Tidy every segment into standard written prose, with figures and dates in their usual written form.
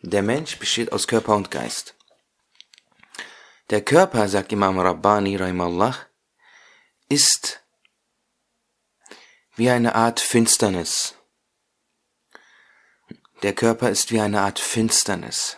Der Mensch besteht aus Körper und Geist. Der Körper, sagt Imam Rabbani, Rahimallah, ist wie eine Art Finsternis. Der Körper ist wie eine Art Finsternis.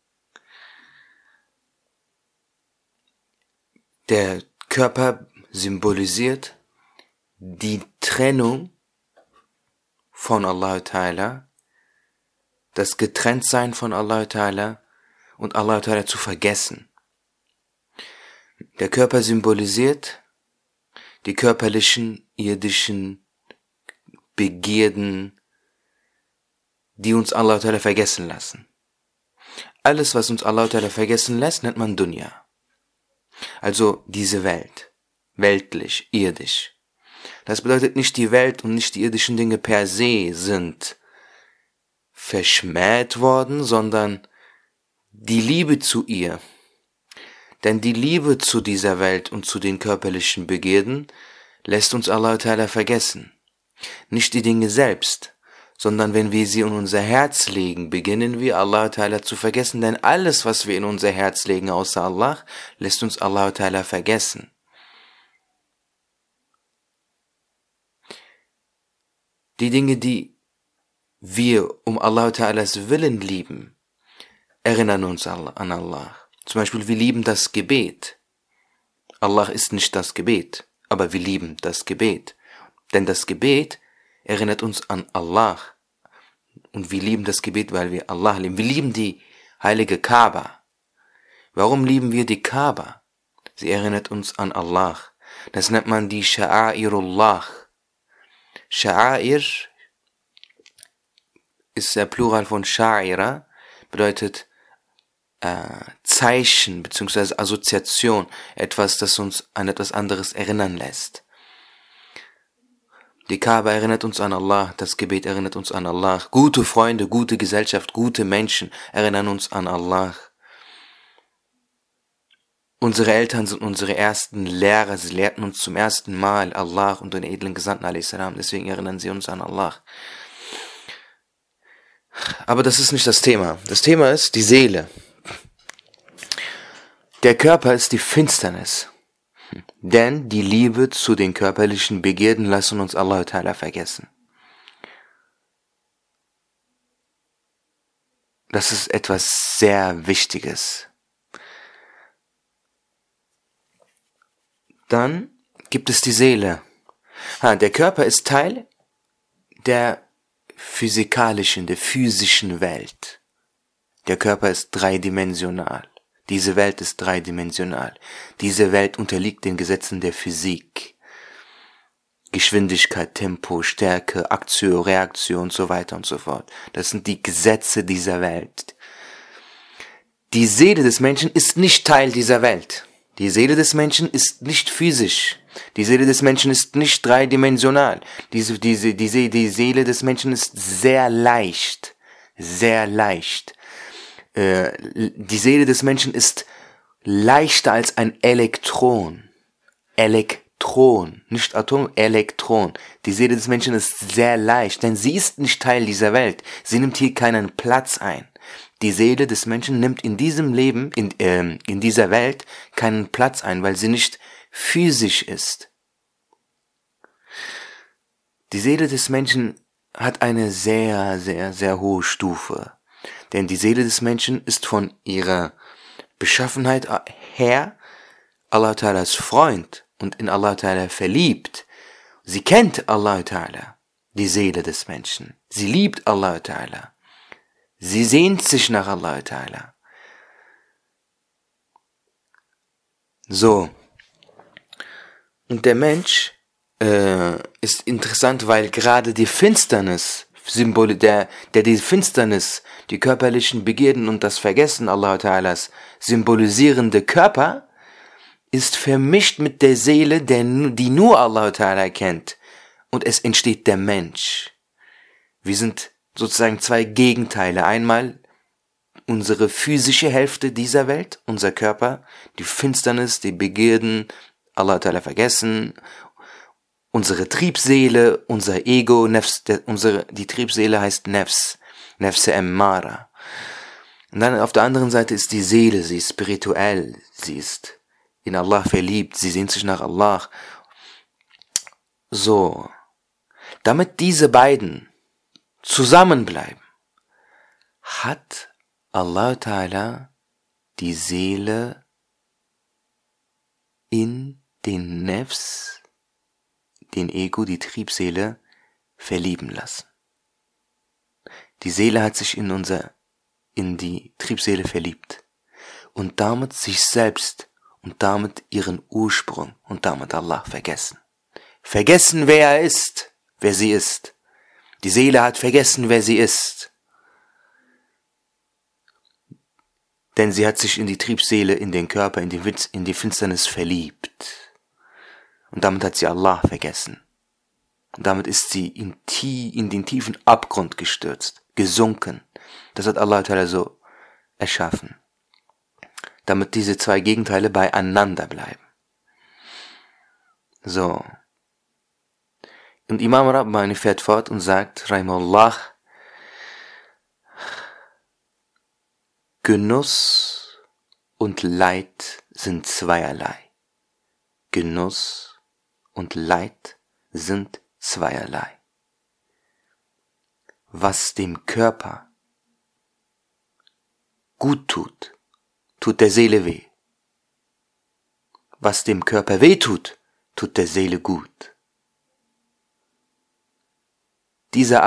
Der Körper symbolisiert die Trennung von Allah Ta'ala, das Getrenntsein von Allah Ta'ala und Allah Ta'ala zu vergessen. Der Körper symbolisiert die körperlichen, irdischen Begierden, die uns Allah Ta'ala vergessen lassen. Alles, was uns Allah Ta'ala vergessen lässt, nennt man Dunya. Also diese Welt, weltlich, irdisch. Das bedeutet nicht, die Welt und nicht die irdischen Dinge per se sind verschmäht worden, sondern die Liebe zu ihr. Denn die Liebe zu dieser Welt und zu den körperlichen Begierden lässt uns Allah Ta'ala vergessen. Nicht die Dinge selbst, sondern wenn wir sie in unser Herz legen, beginnen wir Allah Ta'ala zu vergessen, denn alles, was wir in unser Herz legen außer Allah, lässt uns Allah Ta'ala vergessen. Die Dinge, die wir um Allah Ta'alas Willen lieben, erinnern uns an Allah. Zum Beispiel, wir lieben das Gebet. Allah ist nicht das Gebet, aber wir lieben das Gebet. Denn das Gebet erinnert uns an Allah. Und wir lieben das Gebet, weil wir Allah lieben. Wir lieben die heilige Kaaba. Warum lieben wir die Kaaba? Sie erinnert uns an Allah. Das nennt man die Sha'airullah. Sha'air ist der Plural von Sha'ira, bedeutet Zeichen bzw. Assoziation, etwas, das uns an etwas anderes erinnern lässt. Die Kaaba erinnert uns an Allah, das Gebet erinnert uns an Allah, gute Freunde, gute Gesellschaft, gute Menschen erinnern uns an Allah. Unsere Eltern sind unsere ersten Lehrer, sie lehrten uns zum ersten Mal Allah und den edlen Gesandten a.s., deswegen erinnern sie uns an Allah. Aber das ist nicht das Thema. Das Thema ist die Seele. Der Körper ist die Finsternis. Denn die Liebe zu den körperlichen Begierden lassen uns Allah Ta'ala vergessen. Das ist etwas sehr Wichtiges. Dann gibt es die Seele. Der Körper ist Teil der physikalischen, der physischen Welt. Der Körper ist dreidimensional. Diese Welt ist dreidimensional. Diese Welt unterliegt den Gesetzen der Physik. Geschwindigkeit, Tempo, Stärke, Aktion, Reaktion und so weiter und so fort. Das sind die Gesetze dieser Welt. Die Seele des Menschen ist nicht Teil dieser Welt. Die Seele des Menschen ist nicht physisch. Die Seele des Menschen ist nicht dreidimensional. Die Seele des Menschen ist sehr leicht. Sehr leicht. Die Seele des Menschen ist leichter als ein Elektron. Elektron, nicht Atom, Elektron. Die Seele des Menschen ist sehr leicht, denn sie ist nicht Teil dieser Welt. Sie nimmt hier keinen Platz ein. Die Seele des Menschen nimmt in diesem Leben, in dieser Welt, keinen Platz ein, weil sie nicht physisch ist. Die Seele des Menschen hat eine sehr, sehr, sehr hohe Stufe. Denn die Seele des Menschen ist von ihrer Beschaffenheit her Allah Ta'alas Freund und in Allah Ta'ala verliebt. Sie kennt Allah Ta'ala, die Seele des Menschen. Sie liebt Allah Ta'ala. Sie sehnt sich nach Allah Ta'ala. So. Und der Mensch ist interessant, weil gerade die Finsternis, die Finsternis, die körperlichen Begierden und das Vergessen Allah Ta'alas symbolisierende Körper, ist vermischt mit der Seele, die nur Allah Ta'ala kennt. Und es entsteht der Mensch. Wir sind sozusagen zwei Gegenteile. Einmal unsere physische Hälfte dieser Welt, unser Körper, die Finsternis, die Begierden, Allah Ta'ala vergessen, unsere Triebseele, unser Ego, die Triebseele heißt Nefs, Nefse Emmara. Und dann auf der anderen Seite ist die Seele, sie ist spirituell, sie ist in Allah verliebt, sie sehnt sich nach Allah. So, damit diese beiden zusammenbleiben, hat Allah Ta'ala die Seele in den Nefs, den Ego, die Triebseele, verlieben lassen. Die Seele hat sich in die Triebseele verliebt und damit sich selbst und damit ihren Ursprung und damit Allah vergessen. Vergessen, wer er ist, wer sie ist. Die Seele hat vergessen, wer sie ist. Denn sie hat sich in die Triebseele, in den Körper, in die Finsternis verliebt. Und damit hat sie Allah vergessen. Und damit ist sie in den tiefen Abgrund gestürzt, gesunken. Das hat Allah Ta'ala so erschaffen. Damit diese zwei Gegenteile beieinander bleiben. So. Und Imam Rabbani fährt fort und sagt, Rahimahullah, Genuss und Leid sind zweierlei. Genuss und Leid sind zweierlei. Was dem Körper gut tut, tut der Seele weh. Was dem Körper weh tut, tut der Seele gut. Diese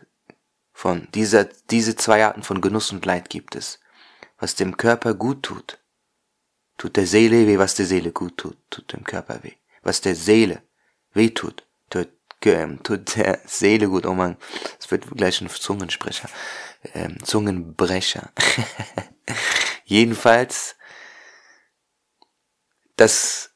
zwei Arten von Genuss und Leid gibt es. Was dem Körper gut tut, tut der Seele weh. Was der Seele gut tut, tut dem Körper weh. Was der Seele weh tut, tut der Seele gut. Oh Mann, es wird gleich ein Zungensprecher. Zungenbrecher. Jedenfalls, das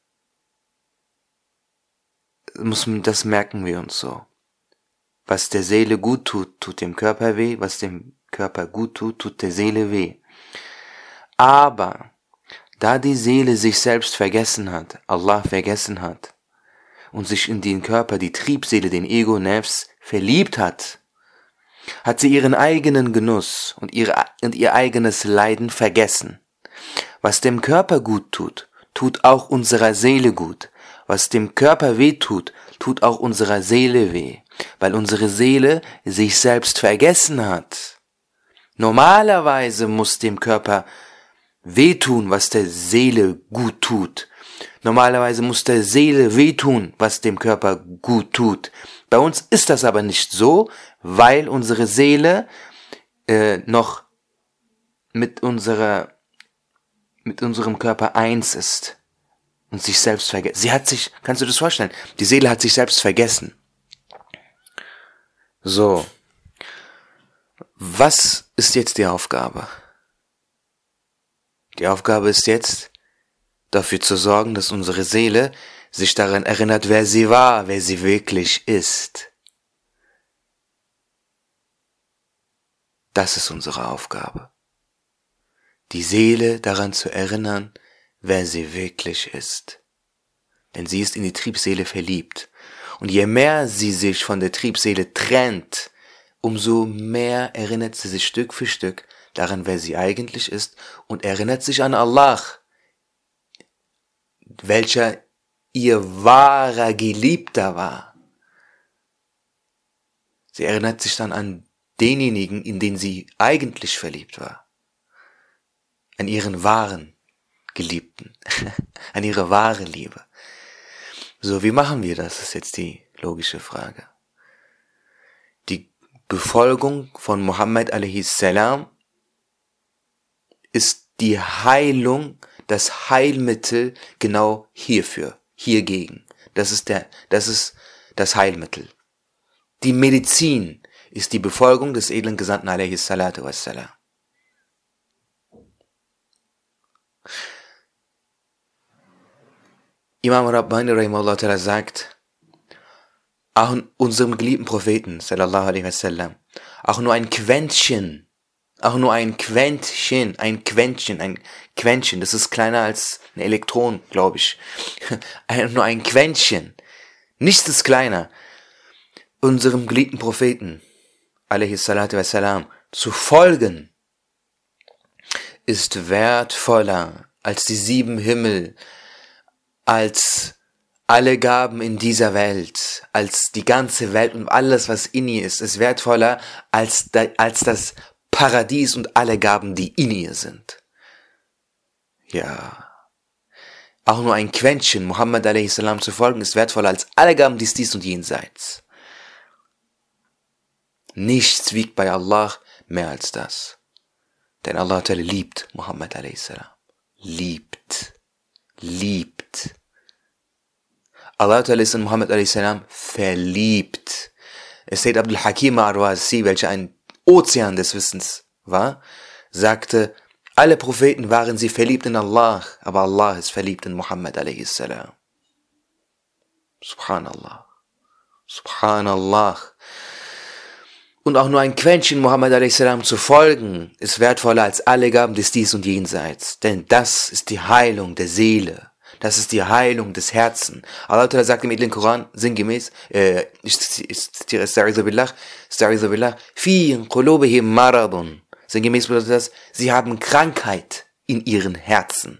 merken wir uns so. Was der Seele gut tut, tut dem Körper weh. Was dem Körper gut tut, tut der Seele weh. Aber da die Seele sich selbst vergessen hat, Allah vergessen hat und sich in den Körper, die Triebseele, den Ego-Nefs verliebt hat, hat sie ihren eigenen Genuss und ihr eigenes Leiden vergessen. Was dem Körper gut tut, tut auch unserer Seele gut. Was dem Körper weh tut, tut auch unserer Seele weh, weil unsere Seele sich selbst vergessen hat. Normalerweise muss dem Körper wehtun, was der Seele gut tut. Normalerweise muss der Seele wehtun, was dem Körper gut tut. Bei uns ist das aber nicht so, weil unsere Seele noch mit unserem Körper eins ist und sich selbst vergessen. Kannst du das vorstellen? Die Seele hat sich selbst vergessen. So. Was ist jetzt die Aufgabe? Die Aufgabe ist jetzt, dafür zu sorgen, dass unsere Seele sich daran erinnert, wer sie war, wer sie wirklich ist. Das ist unsere Aufgabe. Die Seele daran zu erinnern, wer sie wirklich ist. Denn sie ist in die Triebseele verliebt. Und je mehr sie sich von der Triebseele trennt, umso mehr erinnert sie sich Stück für Stück daran, wer sie eigentlich ist und erinnert sich an Allah, welcher ihr wahrer Geliebter war. Sie erinnert sich dann an denjenigen, in den sie eigentlich verliebt war. An ihren wahren Geliebten, an ihre wahre Liebe. So, wie machen wir das? Das ist jetzt die logische Frage. Die Befolgung von Muhammad a.s. ist die Heilung, das Heilmittel genau hiergegen. Das ist das Heilmittel. Die Medizin ist die Befolgung des edlen Gesandten a.s. Imam Rabbani rahimahullah ta'ala sagt, auch unserem geliebten Propheten sallallahu alaihi wasallam, auch nur ein Quäntchen, das ist kleiner als ein Elektron, glaube ich. Nur ein Quäntchen, nichts ist kleiner, unserem geliebten Propheten alaihi salatu wassalam zu folgen, ist wertvoller als die 7 Himmel, als alle Gaben in dieser Welt, als die ganze Welt und alles, was in ihr ist wertvoller als das Paradies und alle Gaben, die in ihr sind. Ja, auch nur ein Quäntchen Muhammad a.s. zu folgen, ist wertvoller als alle Gaben dies und jenseits. Nichts wiegt bei Allah mehr als das. Denn Allah liebt Muhammad a.s. Liebt. Allah ist in Muhammad a.s. verliebt. Es steht Abdul Hakim Arwazi, welcher ein Ozean des Wissens war, sagte, alle Propheten waren sie verliebt in Allah, aber Allah ist verliebt in Muhammad a.s. Subhanallah. Subhanallah. Und auch nur ein Quäntchen Muhammad a.s. zu folgen, ist wertvoller als alle Gaben des Dies und Jenseits. Denn das ist die Heilung der Seele. Das ist die Heilung des Herzens. Allah sagt im edlen Koran, sinngemäß, ich zitiere, Sta'idhu billah, fi qulubihim maradun. Sinngemäß bedeutet das, sie haben Krankheit in ihren Herzen.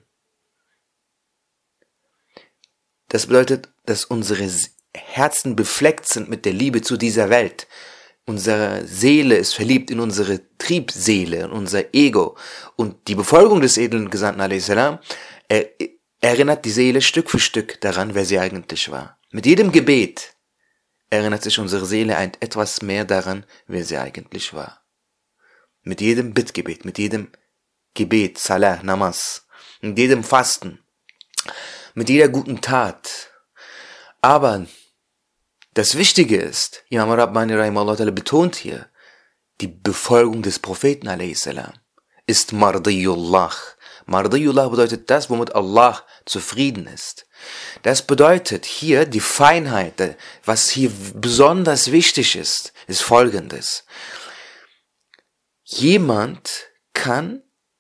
Das bedeutet, dass unsere Herzen befleckt sind mit der Liebe zu dieser Welt. Unsere Seele ist verliebt in unsere Triebseele, in unser Ego. Und die Befolgung des edlen Gesandten a.s. erinnert die Seele Stück für Stück daran, wer sie eigentlich war. Mit jedem Gebet erinnert sich unsere Seele etwas mehr daran, wer sie eigentlich war. Mit jedem Bittgebet, mit jedem Gebet, Salah, Namaz, mit jedem Fasten, mit jeder guten Tat. Aber das Wichtige ist, Imam Rabbani rahimahullah betont hier, die Befolgung des Propheten a.s. ist Mardiyullah. Mardiyullah bedeutet das, womit Allah zufrieden ist. Das bedeutet hier die Feinheit, was hier besonders wichtig ist Folgendes. Jemand kann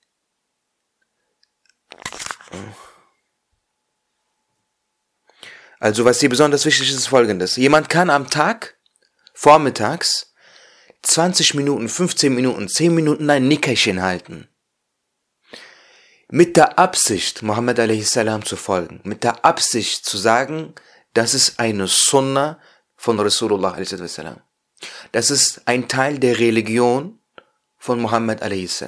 was hier besonders wichtig ist Folgendes. Jemand kann am Tag, vormittags, 20 Minuten, 15 Minuten, 10 Minuten ein Nickerchen halten. Mit der Absicht, Muhammad a.s. zu folgen. Mit der Absicht zu sagen, das ist eine Sunna von Rasulullah a.s. Das ist ein Teil der Religion von Muhammad a.s.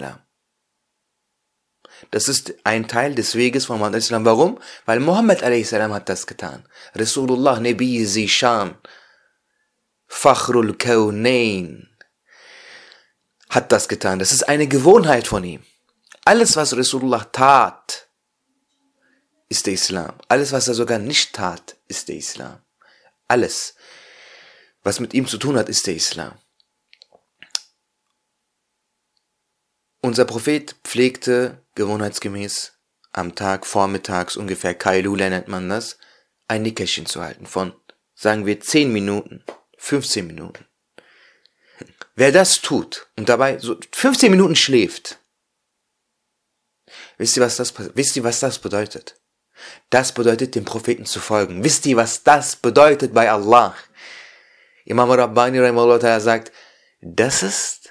Das ist ein Teil des Weges von Muhammad a.s. Warum? Weil Muhammad a.s. hat das getan. Rasulullah Nabi Zishan, Fakhrul Kawnain, hat das getan. Das ist eine Gewohnheit von ihm. Alles, was Rasulullah tat, ist der Islam. Alles, was er sogar nicht tat, ist der Islam. Alles, was mit ihm zu tun hat, ist der Islam. Unser Prophet pflegte gewohnheitsgemäß am Tag vormittags ungefähr Kailula nennt man das, ein Nickerchen zu halten von, sagen wir, 10 Minuten, 15 Minuten. Wer das tut und dabei so 15 Minuten schläft, wisst ihr, was das bedeutet? Das bedeutet, dem Propheten zu folgen. Wisst ihr, was das bedeutet bei Allah? Imam Rabbani rahimahullah sagt, das ist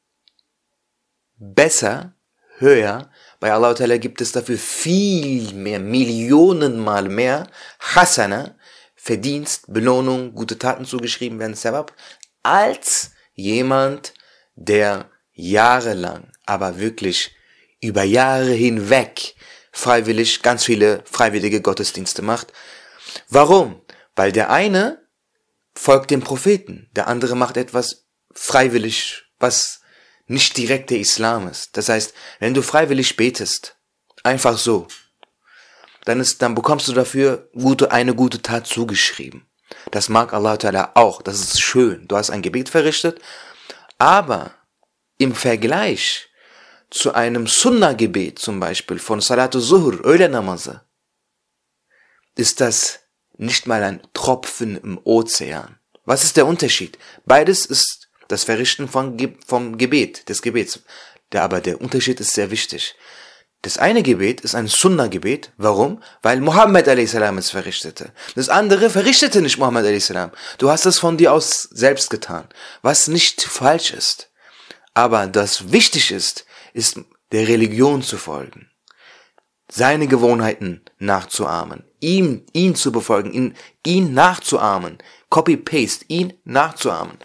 besser, höher. Bei Allah gibt es dafür viel mehr, Millionenmal mehr Hasana, Verdienst, Belohnung, gute Taten zugeschrieben werden, Sabab, als jemand, der jahrelang, aber wirklich über Jahre hinweg freiwillig ganz viele freiwillige Gottesdienste macht. Warum? Weil der eine folgt dem Propheten, der andere macht etwas freiwillig, was nicht direkt der Islam ist. Das heißt, wenn du freiwillig betest, einfach so, dann bekommst du dafür eine gute Tat zugeschrieben. Das mag Allah Ta'ala auch, das ist schön. Du hast ein Gebet verrichtet, aber im Vergleich zu einem Sunnah-Gebet zum Beispiel von Salatu Zuhr, Öğle-Namazı, ist das nicht mal ein Tropfen im Ozean. Was ist der Unterschied? Beides ist das Verrichten vom Gebet, des Gebets. Aber der Unterschied ist sehr wichtig. Das eine Gebet ist ein Sunnah-Gebet. Warum? Weil Muhammad a.s. es verrichtete. Das andere verrichtete nicht Muhammad a.s. Du hast es von dir aus selbst getan, was nicht falsch ist. Aber das wichtig ist der Religion zu folgen, seine Gewohnheiten nachzuahmen, ihn zu befolgen, ihn nachzuahmen, Copy-Paste, ihn nachzuahmen.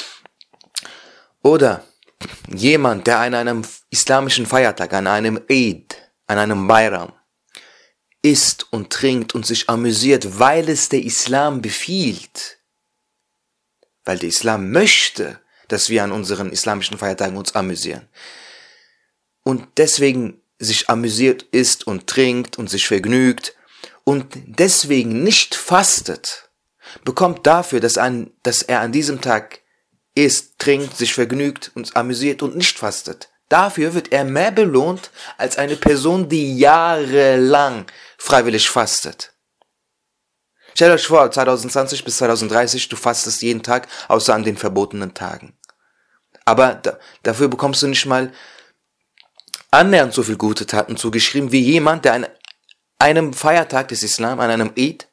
Oder jemand, der an einem islamischen Feiertag, an einem Eid, an einem Bayram isst und trinkt und sich amüsiert, weil es der Islam befiehlt, weil der Islam möchte, dass wir an unseren islamischen Feiertagen uns amüsieren. Und deswegen sich amüsiert isst und trinkt und sich vergnügt und deswegen nicht fastet, bekommt dafür, dass er an diesem Tag isst, trinkt, sich vergnügt und amüsiert und nicht fastet. Dafür wird er mehr belohnt als eine Person, die jahrelang freiwillig fastet. Stellt euch vor, 2020 bis 2030, du fastest jeden Tag, außer an den verbotenen Tagen. Aber dafür bekommst du nicht mal annähernd so viel gute Taten zugeschrieben, wie jemand, der an einem Feiertag des Islam, an einem Eid,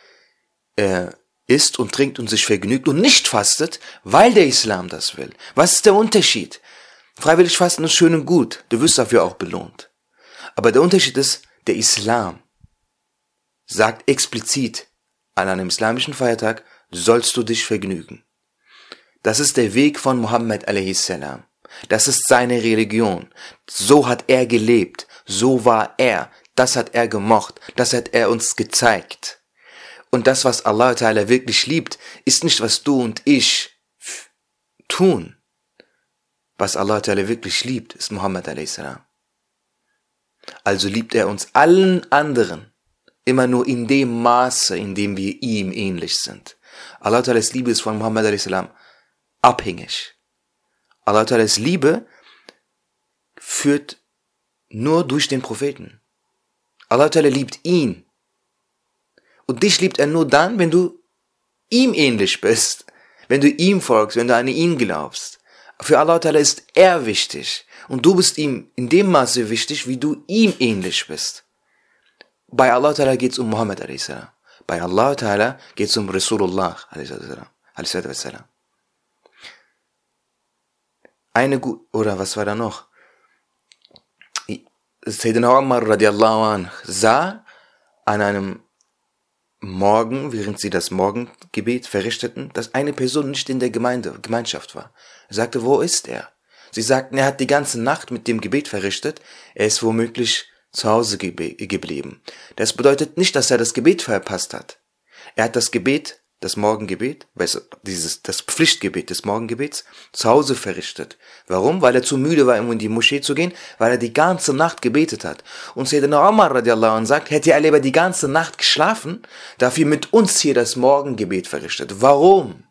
isst und trinkt und sich vergnügt und nicht fastet, weil der Islam das will. Was ist der Unterschied? Freiwillig fasten ist schön und gut, du wirst dafür auch belohnt. Aber der Unterschied ist, der Islam sagt explizit, an einem islamischen Feiertag sollst du dich vergnügen. Das ist der Weg von Muhammad a.s. Das ist seine Religion. So hat er gelebt, so war er, das hat er gemocht, das hat er uns gezeigt. Und das, was Allah Ta'ala wirklich liebt, ist nicht, was du und ich tun. Was Allah Ta'ala wirklich liebt, ist Muhammad a.s. Also liebt er uns allen anderen immer nur in dem Maße, in dem wir ihm ähnlich sind. Allah Ta'alas Liebe ist von Muhammad a.s. abhängig. Allah Ta'alas Liebe führt nur durch den Propheten. Allah Ta'ala liebt ihn. Und dich liebt er nur dann, wenn du ihm ähnlich bist, wenn du ihm folgst, wenn du an ihn glaubst. Für Allah Ta'ala ist er wichtig und du bist ihm in dem Maße wichtig, wie du ihm ähnlich bist. Bei Allah Ta'ala geht es um Muhammad a.s. Bei Allah Ta'ala geht es um Rasulullah a.s. Oder was war da noch? Sayyidina Umar radiallahu anh sah an einem Morgen, während sie das Morgengebet verrichteten, dass eine Person nicht in der Gemeinschaft war. Er sagte, wo ist er? Sie sagten, er hat die ganze Nacht mit dem Gebet verrichtet, er ist womöglich zu Hause geblieben. Das bedeutet nicht, dass er das Gebet verpasst hat. Er hat das Gebet, das Morgengebet, das Pflichtgebet des Morgengebets, zu Hause verrichtet. Warum? Weil er zu müde war, um in die Moschee zu gehen, weil er die ganze Nacht gebetet hat. Und Sayyidina Umar radiallahu anh sagt, hätte er lieber die ganze Nacht geschlafen, dafür mit uns hier das Morgengebet verrichtet. Warum?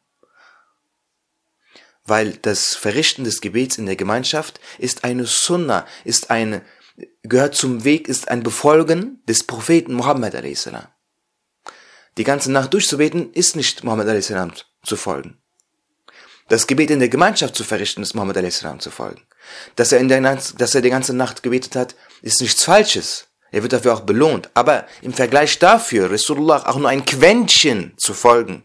Weil das Verrichten des Gebets in der Gemeinschaft ist eine Sunna, gehört zum Weg, ist ein Befolgen des Propheten Muhammad a.s. Die ganze Nacht durchzubeten, ist nicht Muhammad a.s. zu folgen. Das Gebet in der Gemeinschaft zu verrichten, ist Muhammad a.s. zu folgen. Dass er die ganze Nacht gebetet hat, ist nichts Falsches. Er wird dafür auch belohnt. Aber im Vergleich dafür, Rasulullah auch nur ein Quäntchen zu folgen,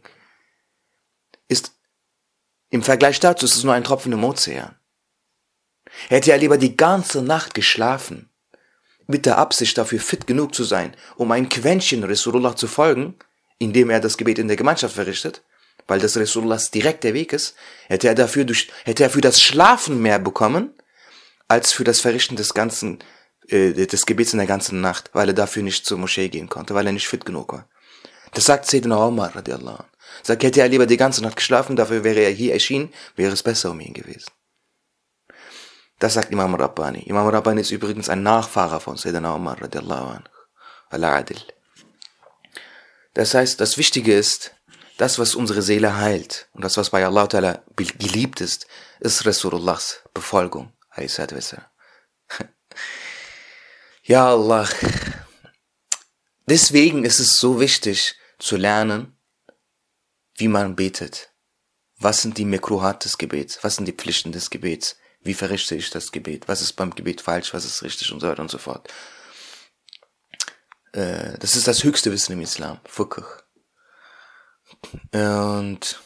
im Vergleich dazu ist es nur ein Tropfen im Ozean. Hätte er lieber die ganze Nacht geschlafen, mit der Absicht dafür fit genug zu sein, um ein Quäntchen Rasulullah zu folgen, indem er das Gebet in der Gemeinschaft verrichtet, weil das Rasulullahs direkt der Weg ist, hätte er für das Schlafen mehr bekommen, als für das Verrichten des Gebets in der ganzen Nacht, weil er dafür nicht zur Moschee gehen konnte, weil er nicht fit genug war. Das sagt Sayyidina Umar radiallahu anh. Sagt, hätte er lieber die ganze Nacht geschlafen, dafür wäre er hier erschienen, wäre es besser um ihn gewesen. Das sagt Imam Rabbani. Imam Rabbani ist übrigens ein Nachfahrer von Sayyidina Umar radiallahu anh. Al-Adil. Das heißt, das Wichtige ist, das, was unsere Seele heilt und das, was bei Allah Ta'ala geliebt ist Rasulullahs Befolgung. Ja, Allah. Deswegen ist es so wichtig zu lernen, wie man betet. Was sind die Mekruhat des Gebets? Was sind die Pflichten des Gebets? Wie verrichte ich das Gebet? Was ist beim Gebet falsch? Was ist richtig? Und so weiter und so fort. Das ist das höchste Wissen im Islam. Fiqh. Und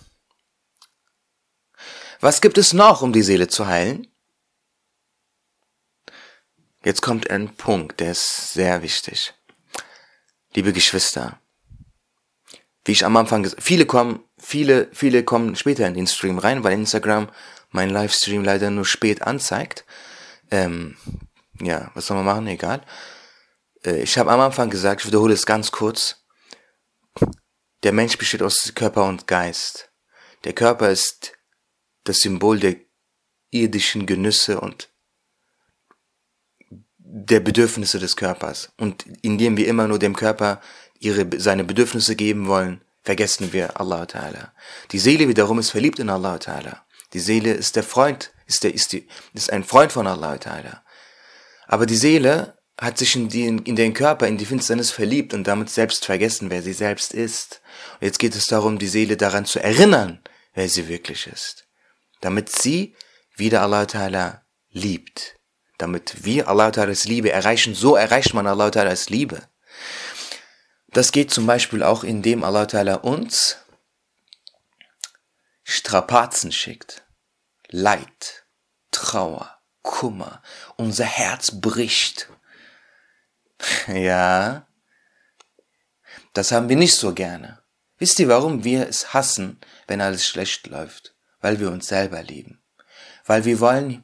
was gibt es noch, um die Seele zu heilen? Jetzt kommt ein Punkt, der ist sehr wichtig. Liebe Geschwister, wie ich am Anfang gesagt habe, viele kommen später in den Stream rein, weil Instagram meinen Livestream leider nur spät anzeigt. Ja, was soll man machen? Egal. Ich habe am Anfang gesagt, ich wiederhole es ganz kurz, der Mensch besteht aus Körper und Geist. Der Körper ist das Symbol der irdischen Genüsse und der Bedürfnisse des Körpers. Und indem wir immer nur dem Körper seine Bedürfnisse geben wollen, vergessen wir Allah Ta'ala. Die Seele wiederum ist verliebt in Allah Ta'ala. Die Seele ist der Freund, ist ein Freund von Allah Ta'ala. Aber die Seele hat sich in den Körper, in die Finsternis verliebt und damit selbst vergessen, wer sie selbst ist. Und jetzt geht es darum, die Seele daran zu erinnern, wer sie wirklich ist. Damit sie wieder Allah Ta'ala liebt. Damit wir Allah Ta'alas Liebe erreichen, so erreicht man Allah Ta'alas Liebe. Das geht zum Beispiel auch, indem Allah Ta'ala uns Strapazen schickt. Leid, Trauer, Kummer. Unser Herz bricht. Ja, das haben wir nicht so gerne. Wisst ihr, warum wir es hassen, wenn alles schlecht läuft? Weil wir uns selber lieben. Weil wir wollen,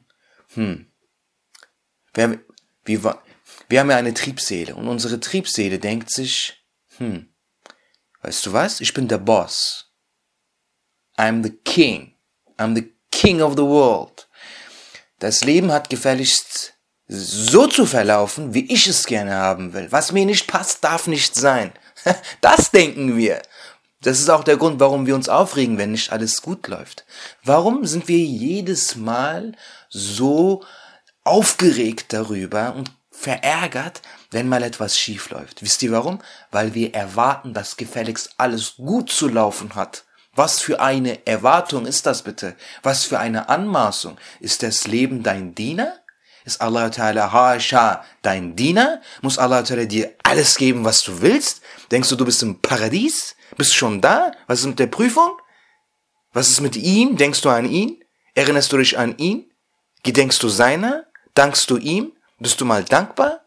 wir haben ja eine Triebseele und unsere Triebseele denkt sich, weißt du was? Ich bin der Boss. I'm the king. I'm the king of the world. Das Leben hat gefälligst so zu verlaufen, wie ich es gerne haben will. Was mir nicht passt, darf nicht sein. Das denken wir. Das ist auch der Grund, warum wir uns aufregen, wenn nicht alles gut läuft. Warum sind wir jedes Mal so aufgeregt darüber und verärgert, wenn mal etwas schief läuft? Wisst ihr warum? Weil wir erwarten, dass gefälligst alles gut zu laufen hat. Was für eine Erwartung ist das bitte? Was für eine Anmaßung? Ist das Leben dein Diener? Ist Allah Ta'ala Haasha dein Diener? Muss Allah Ta'ala dir alles geben, was du willst? Denkst du bist im Paradies? Bist du schon da? Was ist mit der Prüfung? Was ist mit ihm? Denkst du an ihn? Erinnerst du dich an ihn? Gedenkst du seiner? Dankst du ihm? Bist du mal dankbar?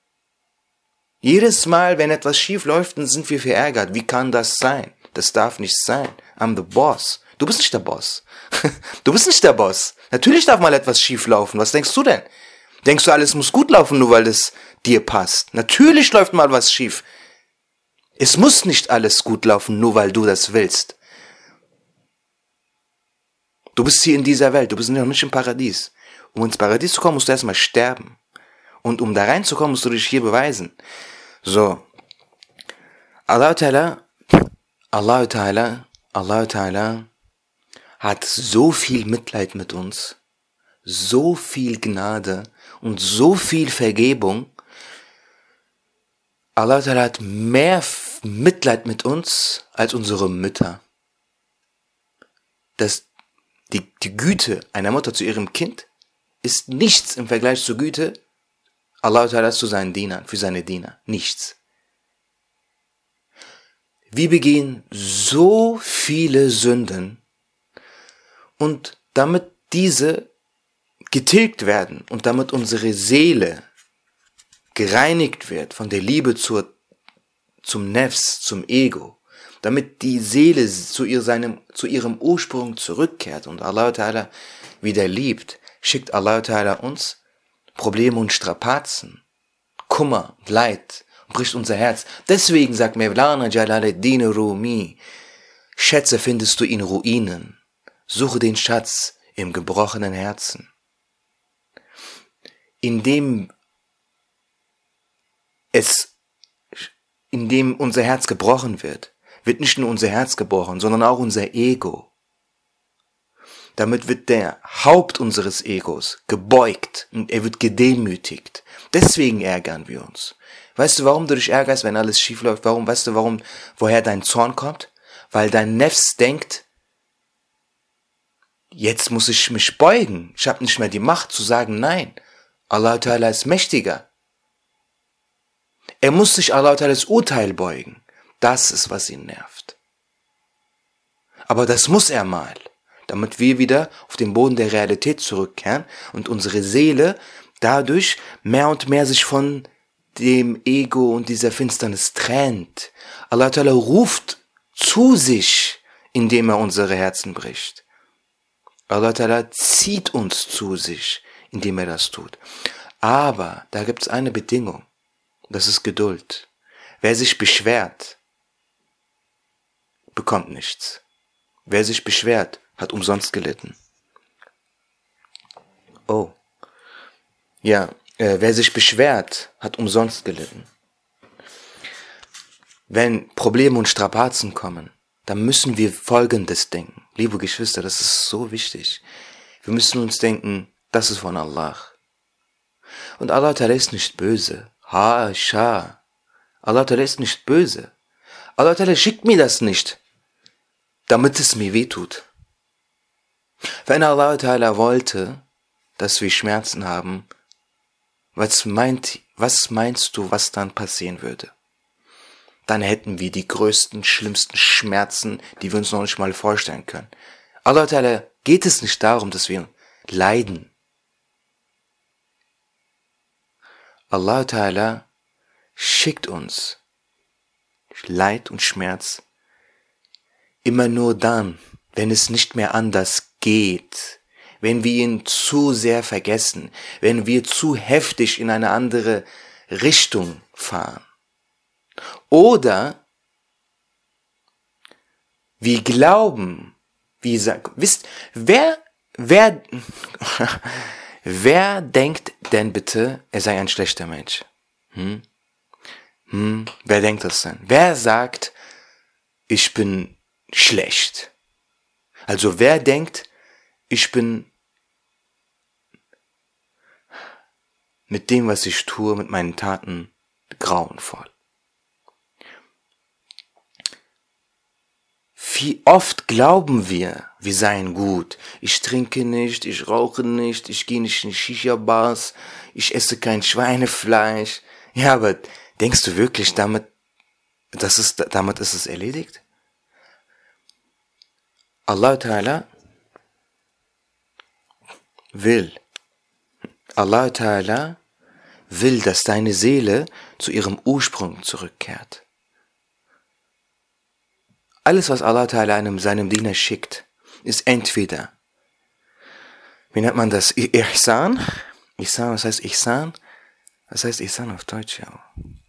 Jedes Mal, wenn etwas schief läuft, dann sind wir verärgert. Wie kann das sein? Das darf nicht sein. I'm the boss. Du bist nicht der Boss. Du bist nicht der Boss. Natürlich darf mal etwas schief laufen. Was denkst du denn? Denkst du, alles muss gut laufen, nur weil es dir passt? Natürlich läuft mal was schief. Es muss nicht alles gut laufen, nur weil du das willst. Du bist hier in dieser Welt, du bist noch nicht im Paradies. Um ins Paradies zu kommen, musst du erstmal sterben. Und um da reinzukommen, musst du dich hier beweisen. So. Allah Ta'ala hat so viel Mitleid mit uns, so viel Gnade und so viel Vergebung. Allah Ta'ala hat mehr Mitleid mit uns als unsere Mütter. Die Güte einer Mutter zu ihrem Kind ist nichts im Vergleich zur Güte Allah Ta'ala zu seinen Dienern, für seine Diener. Nichts. Wir begehen so viele Sünden und damit diese getilgt werden und damit unsere Seele gereinigt wird von der Liebe zum Nefs, zum Ego, damit die Seele zu ihrem Ursprung zurückkehrt und Allah Ta'ala wieder liebt, schickt Allah Ta'ala uns Probleme und Strapazen, Kummer, Leid und bricht unser Herz. Deswegen sagt Mevlana Jalaluddin Rumi, Schätze findest du in Ruinen, suche den Schatz im gebrochenen Herzen. Indem unser Herz gebrochen wird nicht nur unser Herz gebrochen, sondern auch unser Ego. Damit wird der Haupt unseres Egos gebeugt und er wird gedemütigt. Deswegen ärgern wir uns. Weißt du, warum du dich ärgerst, wenn alles schief läuft? Weißt du, woher dein Zorn kommt? Weil dein Nefs denkt, jetzt muss ich mich beugen. Ich habe nicht mehr die Macht zu sagen nein. Allah Ta'ala ist mächtiger. Er muss sich Allah Ta'alas Urteil beugen. Das ist, was ihn nervt. Aber das muss er mal, damit wir wieder auf den Boden der Realität zurückkehren und unsere Seele dadurch mehr und mehr sich von dem Ego und dieser Finsternis trennt. Allah Ta'ala ruft zu sich, indem er unsere Herzen bricht. Allah Ta'ala zieht uns zu sich, indem er das tut. Aber da gibt es eine Bedingung. Das ist Geduld. Wer sich beschwert, bekommt nichts. Wer sich beschwert, hat umsonst gelitten. Oh. Ja, wer sich beschwert, hat umsonst gelitten. Wenn Probleme und Strapazen kommen, dann müssen wir Folgendes denken. Liebe Geschwister, das ist so wichtig. Wir müssen uns denken, das ist von Allah. Und Allah Ta'ala ist nicht böse. Hascha. Allah Ta'ala ist nicht böse. Allah Ta'ala schickt mir das nicht, damit es mir wehtut. Wenn Allah Ta'ala wollte, dass wir Schmerzen haben, was meinst du, was dann passieren würde? Dann hätten wir die größten, schlimmsten Schmerzen, die wir uns noch nicht mal vorstellen können. Allah Ta'ala geht es nicht darum, dass wir leiden. Allah Ta'ala schickt uns Leid und Schmerz immer nur dann, wenn es nicht mehr anders geht, wenn wir ihn zu sehr vergessen, wenn wir zu heftig in eine andere Richtung fahren. Oder wir glauben, wer denkt denn bitte, er sei ein schlechter Mensch? Wer denkt das denn? Wer sagt, ich bin schlecht? Also wer denkt, ich bin mit dem, was ich tue, mit meinen Taten grauenvoll? Wie oft glauben wir seien gut. Ich trinke nicht, ich rauche nicht, ich gehe nicht in Shisha-Bars, ich esse kein Schweinefleisch. Ja, aber denkst du wirklich, damit ist es erledigt? Allah Ta'ala will, dass deine Seele zu ihrem Ursprung zurückkehrt. Alles, was Allah Ta'ala seinem Diener schickt, ist entweder, wie nennt man das, Ihsan? Ihsan, was heißt Ihsan? Was heißt Ihsan auf Deutsch? Ja.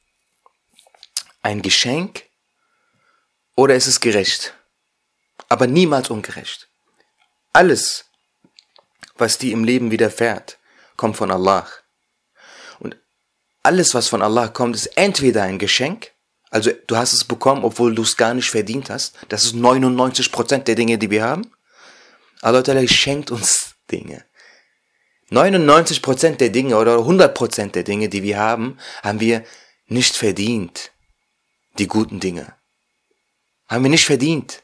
Ein Geschenk oder es ist gerecht, aber niemals ungerecht. Alles, was dir im Leben widerfährt, kommt von Allah. Und alles, was von Allah kommt, ist entweder ein Geschenk, also du hast es bekommen, obwohl du es gar nicht verdient hast. Das ist 99% der Dinge, die wir haben. Allah Ta'ala schenkt uns Dinge. 99% der Dinge oder 100% der Dinge, die wir haben wir nicht verdient. Die guten Dinge. Haben wir nicht verdient.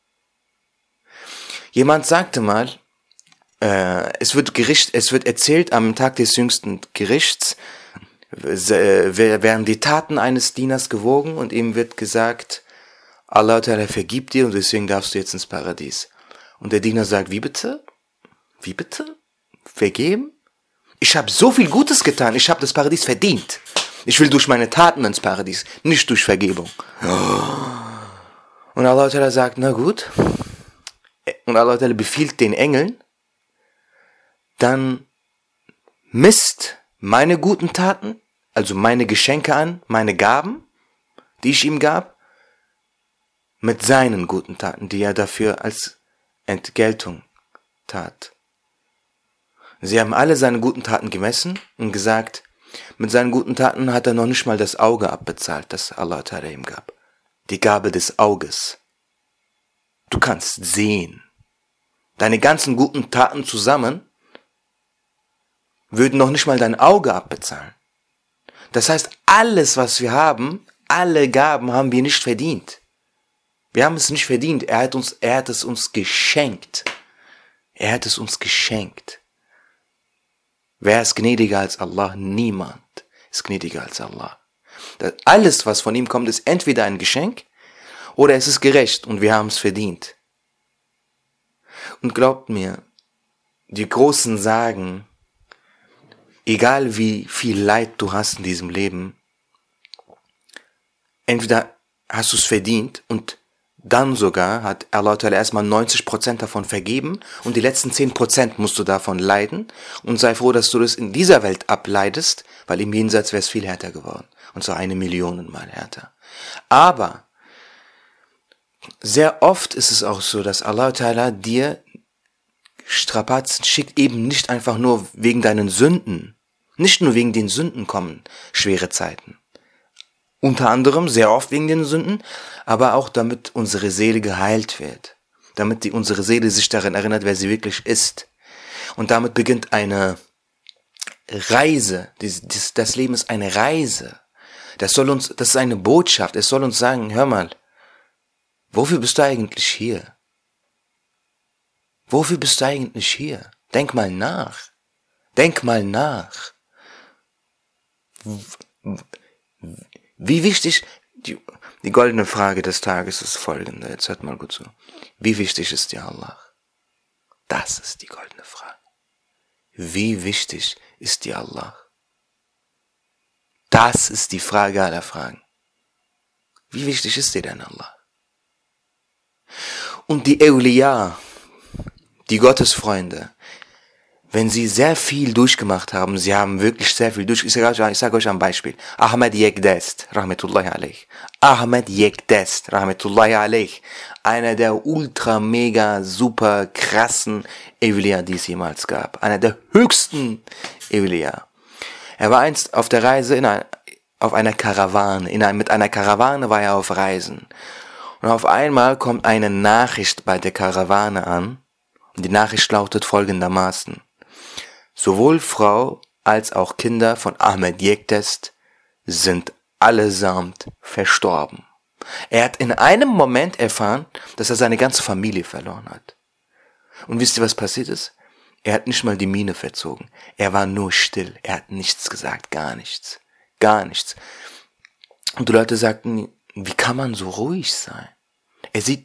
Jemand sagte mal, es wird erzählt am Tag des jüngsten Gerichts, werden die Taten eines Dieners gewogen und ihm wird gesagt, Allah Ta'ala vergibt dir und deswegen darfst du jetzt ins Paradies. Und der Diener sagt, wie bitte? Wie bitte? Vergeben? Ich habe so viel Gutes getan, ich habe das Paradies verdient. Ich will durch meine Taten ins Paradies, nicht durch Vergebung. Und Allah Ta'ala sagt, na gut. Und Allah Ta'ala befiehlt den Engeln, dann misst meine guten Taten, also meine Geschenke an, meine Gaben, die ich ihm gab, mit seinen guten Taten, die er dafür als Entgeltung tat. Sie haben alle seine guten Taten gemessen und gesagt, mit seinen guten Taten hat er noch nicht mal das Auge abbezahlt, das Allah Ta'ala ihm gab. Die Gabe des Auges. Du kannst sehen. Deine ganzen guten Taten zusammen würden noch nicht mal dein Auge abbezahlen. Das heißt, alles, was wir haben, alle Gaben haben wir nicht verdient. Wir haben es nicht verdient. Er hat es uns geschenkt. Er hat es uns geschenkt. Wer ist gnädiger als Allah? Niemand ist gnädiger als Allah. Alles, was von ihm kommt, ist entweder ein Geschenk oder es ist gerecht und wir haben es verdient. Und glaubt mir, die Großen sagen, egal wie viel Leid du hast in diesem Leben, entweder hast du es verdient und dann sogar hat Allah erstmal 90% davon vergeben und die letzten 10% musst du davon leiden und sei froh, dass du das in dieser Welt ableidest, weil im Jenseits wäre es viel härter geworden. Und zwar 1.000.000 Mal härter. Aber sehr oft ist es auch so, dass Allah dir Strapazen schickt, eben nicht einfach nur wegen deinen Sünden. Nicht nur wegen den Sünden kommen schwere Zeiten. Unter anderem, sehr oft wegen den Sünden, aber auch damit unsere Seele geheilt wird. Damit unsere Seele sich daran erinnert, wer sie wirklich ist. Und damit beginnt eine Reise. Das Leben ist eine Reise. Das ist eine Botschaft. Es soll uns sagen, hör mal, wofür bist du eigentlich hier? Wofür bist du eigentlich hier? Denk mal nach. Denk mal nach. Wie wichtig, die goldene Frage des Tages ist folgende, jetzt hört mal gut zu. Wie wichtig ist dir Allah? Das ist die goldene Frage. Wie wichtig ist dir Allah? Das ist die Frage aller Fragen. Wie wichtig ist dir denn Allah? Und die Awliya, die Gottesfreunde, wenn sie sehr viel durchgemacht haben, sie haben wirklich sehr viel durchgemacht. Ich sage euch ein Beispiel. Ahmed Yekdest, Rahmetullahi alayh. Ahmed Yekdest, Rahmetullahi alayh. Einer der ultra, mega, super krassen Awliya, die es jemals gab. Einer der höchsten Awliya. Er war einst auf der Reise auf einer Karawane. Mit einer Karawane war er auf Reisen. Und auf einmal kommt eine Nachricht bei der Karawane an. Und die Nachricht lautet folgendermaßen. Sowohl Frau als auch Kinder von Ahmed Yekdest sind allesamt verstorben. Er hat in einem Moment erfahren, dass er seine ganze Familie verloren hat. Und wisst ihr, was passiert ist? Er hat nicht mal die Miene verzogen. Er war nur still. Er hat nichts gesagt. Gar nichts. Gar nichts. Und die Leute sagten, wie kann man so ruhig sein? Er sieht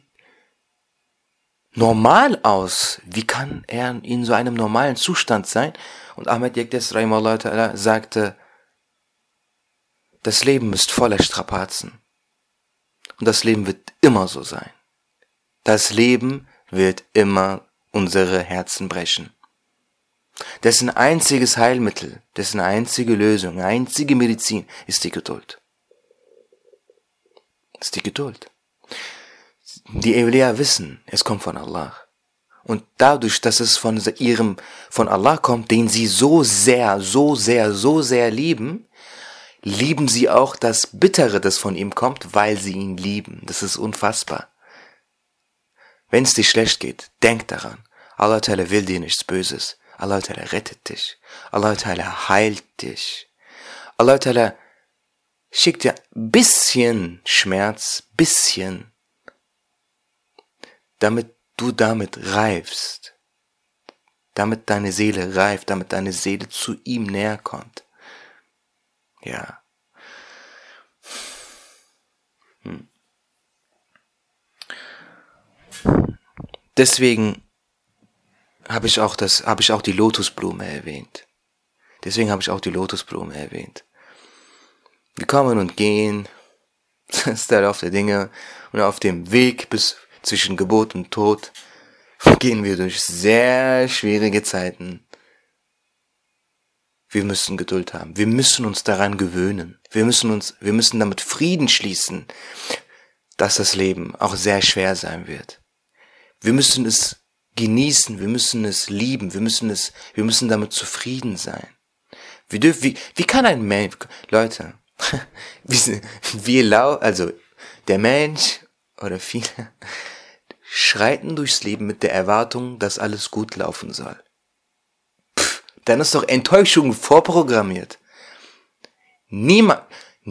normal aus. Wie kann er in so einem normalen Zustand sein? Und Ahmed Yekdest Rahimahullah sagte, das Leben ist voller Strapazen. Und das Leben wird immer so sein. Das Leben wird immer unsere Herzen brechen. Dessen einziges Heilmittel, dessen einzige Lösung, einzige Medizin ist die Geduld. Ist die Geduld. Die Awliya wissen, es kommt von Allah. Und dadurch, dass es von Allah kommt, den sie so sehr lieben, lieben sie auch das Bittere, das von ihm kommt, weil sie ihn lieben. Das ist unfassbar. Wenn es dir schlecht geht, denk daran. Allah Ta'ala will dir nichts Böses. Allah Ta'ala rettet dich. Allah Ta'ala heilt dich. Allah Ta'ala schickt dir ein bisschen Schmerz, damit du damit reifst, damit deine Seele reift, damit deine Seele zu ihm näher kommt. Ja. Deswegen habe ich auch die Lotusblume erwähnt. Wir kommen und gehen, das ist der Lauf der Dinge, und auf dem Weg bis zwischen Geburt und Tod gehen wir durch sehr schwierige Zeiten. Wir müssen Geduld haben. Wir müssen uns daran gewöhnen. Wir müssen damit Frieden schließen, dass das Leben auch sehr schwer sein wird. Wir müssen es genießen, wir müssen es lieben, wir müssen damit zufrieden sein. Wie kann ein Mensch, Leute, der Mensch oder viele schreiten durchs Leben mit der Erwartung, dass alles gut laufen soll. Dann ist doch Enttäuschung vorprogrammiert. Niemand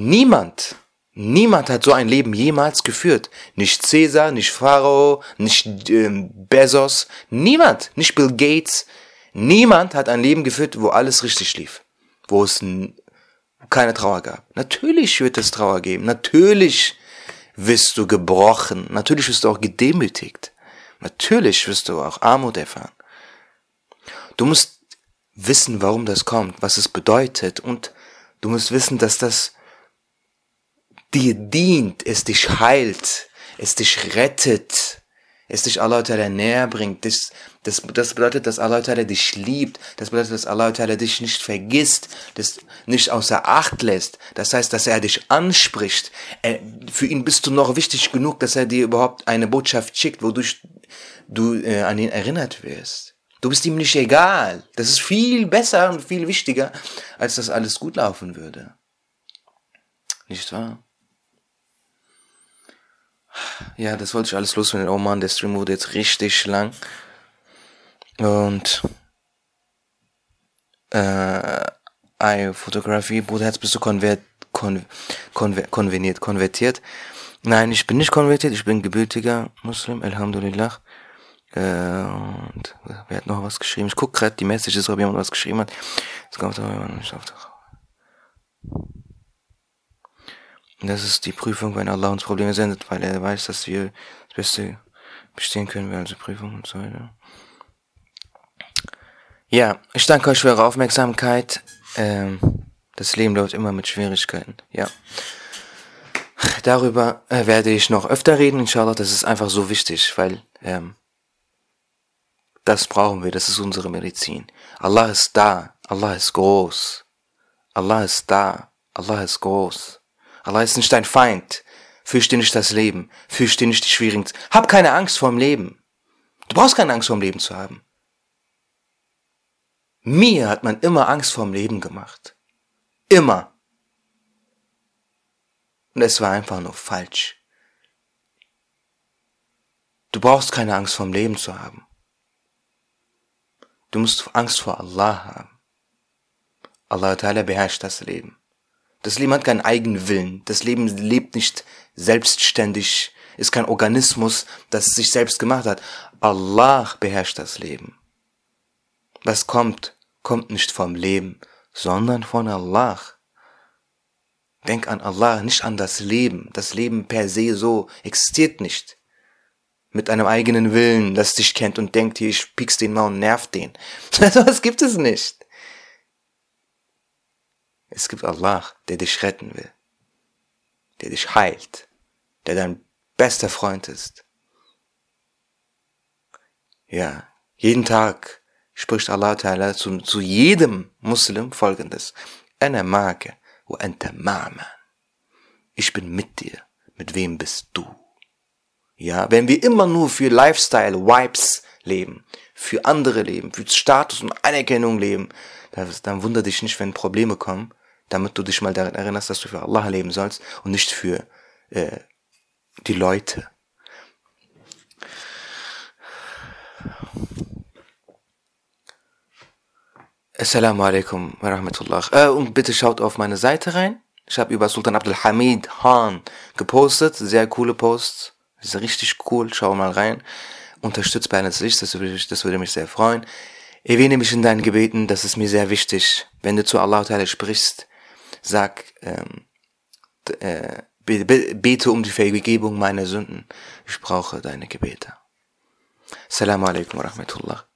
hat so ein Leben jemals geführt. Nicht Cäsar, nicht Pharao, nicht Bezos, niemand, nicht Bill Gates. Niemand hat ein Leben geführt, wo alles richtig lief. Wo es keine Trauer gab. Natürlich wird es Trauer geben. Natürlich wirst du gebrochen. Natürlich wirst du auch gedemütigt. Natürlich wirst du auch Armut erfahren. Du musst wissen, warum das kommt, was es bedeutet, und du musst wissen, dass das dir dient, es dich heilt, es dich rettet, es dich Allah Ta'ala näher bringt. Das bedeutet, dass Allah Ta'ala dich liebt. Das bedeutet, dass Allah Ta'ala dich nicht vergisst, das nicht außer Acht lässt. Das heißt, dass er dich anspricht. Für ihn bist du noch wichtig genug, dass er dir überhaupt eine Botschaft schickt, wodurch du an ihn erinnert wirst. Du bist ihm nicht egal. Das ist viel besser und viel wichtiger, als dass alles gut laufen würde. Nicht wahr? Ja, das wollte ich alles loswerden. Oh Mann, der Stream wurde jetzt richtig lang. Und Fotografie, Bruderherz, bist du konvertiert? Nein, ich bin nicht konvertiert, ich bin gebürtiger Muslim, Alhamdulillah. Und wer hat noch was geschrieben? Ich guck gerade die Messages, ob jemand was geschrieben hat. Jetzt kommt aber jemand nicht auf. Das ist die Prüfung, wenn Allah uns Probleme sendet, weil er weiß, dass wir das Beste bestehen können, wir also Prüfung und so weiter. Ja, ich danke euch für eure Aufmerksamkeit. Das Leben läuft immer mit Schwierigkeiten, ja. Darüber werde ich noch öfter reden, inshallah. Das ist einfach so wichtig, weil das brauchen wir, das ist unsere Medizin. Allah ist da, Allah ist groß. Allah ist da, Allah ist groß. Allah ist nicht dein Feind. Fürchte nicht das Leben. Fürchte nicht die schwierigen. Hab keine Angst vorm Leben. Du brauchst keine Angst vorm Leben zu haben. Mir hat man immer Angst vorm Leben gemacht. Immer. Und es war einfach nur falsch. Du brauchst keine Angst vorm Leben zu haben. Du musst Angst vor Allah haben. Allah Ta'ala beherrscht das Leben. Das Leben hat keinen eigenen Willen. Das Leben lebt nicht selbstständig, ist kein Organismus, das sich selbst gemacht hat. Allah beherrscht das Leben. Was kommt nicht vom Leben, sondern von Allah. Denk an Allah, nicht an das Leben. Das Leben per se so existiert nicht. Mit einem eigenen Willen, das dich kennt und denkt, hier, ich piek's den mal und nerv den. Das gibt es nicht. Es gibt Allah, der dich retten will, der dich heilt, der dein bester Freund ist. Ja, jeden Tag spricht Allah Ta'ala zu jedem Muslim Folgendes. Ana ma'aka wa anta ma'man. Ich bin mit dir. Mit wem bist du? Ja, wenn wir immer nur für Lifestyle, Vibes leben, für andere leben, für Status und Anerkennung leben, dann wundere dich nicht, wenn Probleme kommen, damit du dich mal daran erinnerst, dass du für Allah leben sollst und nicht für die Leute. Assalamu alaikum wa rahmatullah. Und bitte schaut auf meine Seite rein. Ich habe über Sultan Abdul Hamid Khan gepostet. Sehr coole Posts. Das ist richtig cool. Schau mal rein. Unterstützt Balance Licht. Das würde mich sehr freuen. Erwähne mich in deinen Gebeten. Das ist mir sehr wichtig. Wenn du zu Allah Ta'ala sprichst, sag, bete um die Vergebung meiner Sünden. Ich brauche deine Gebete. Assalamu alaikum wa rahmatullah.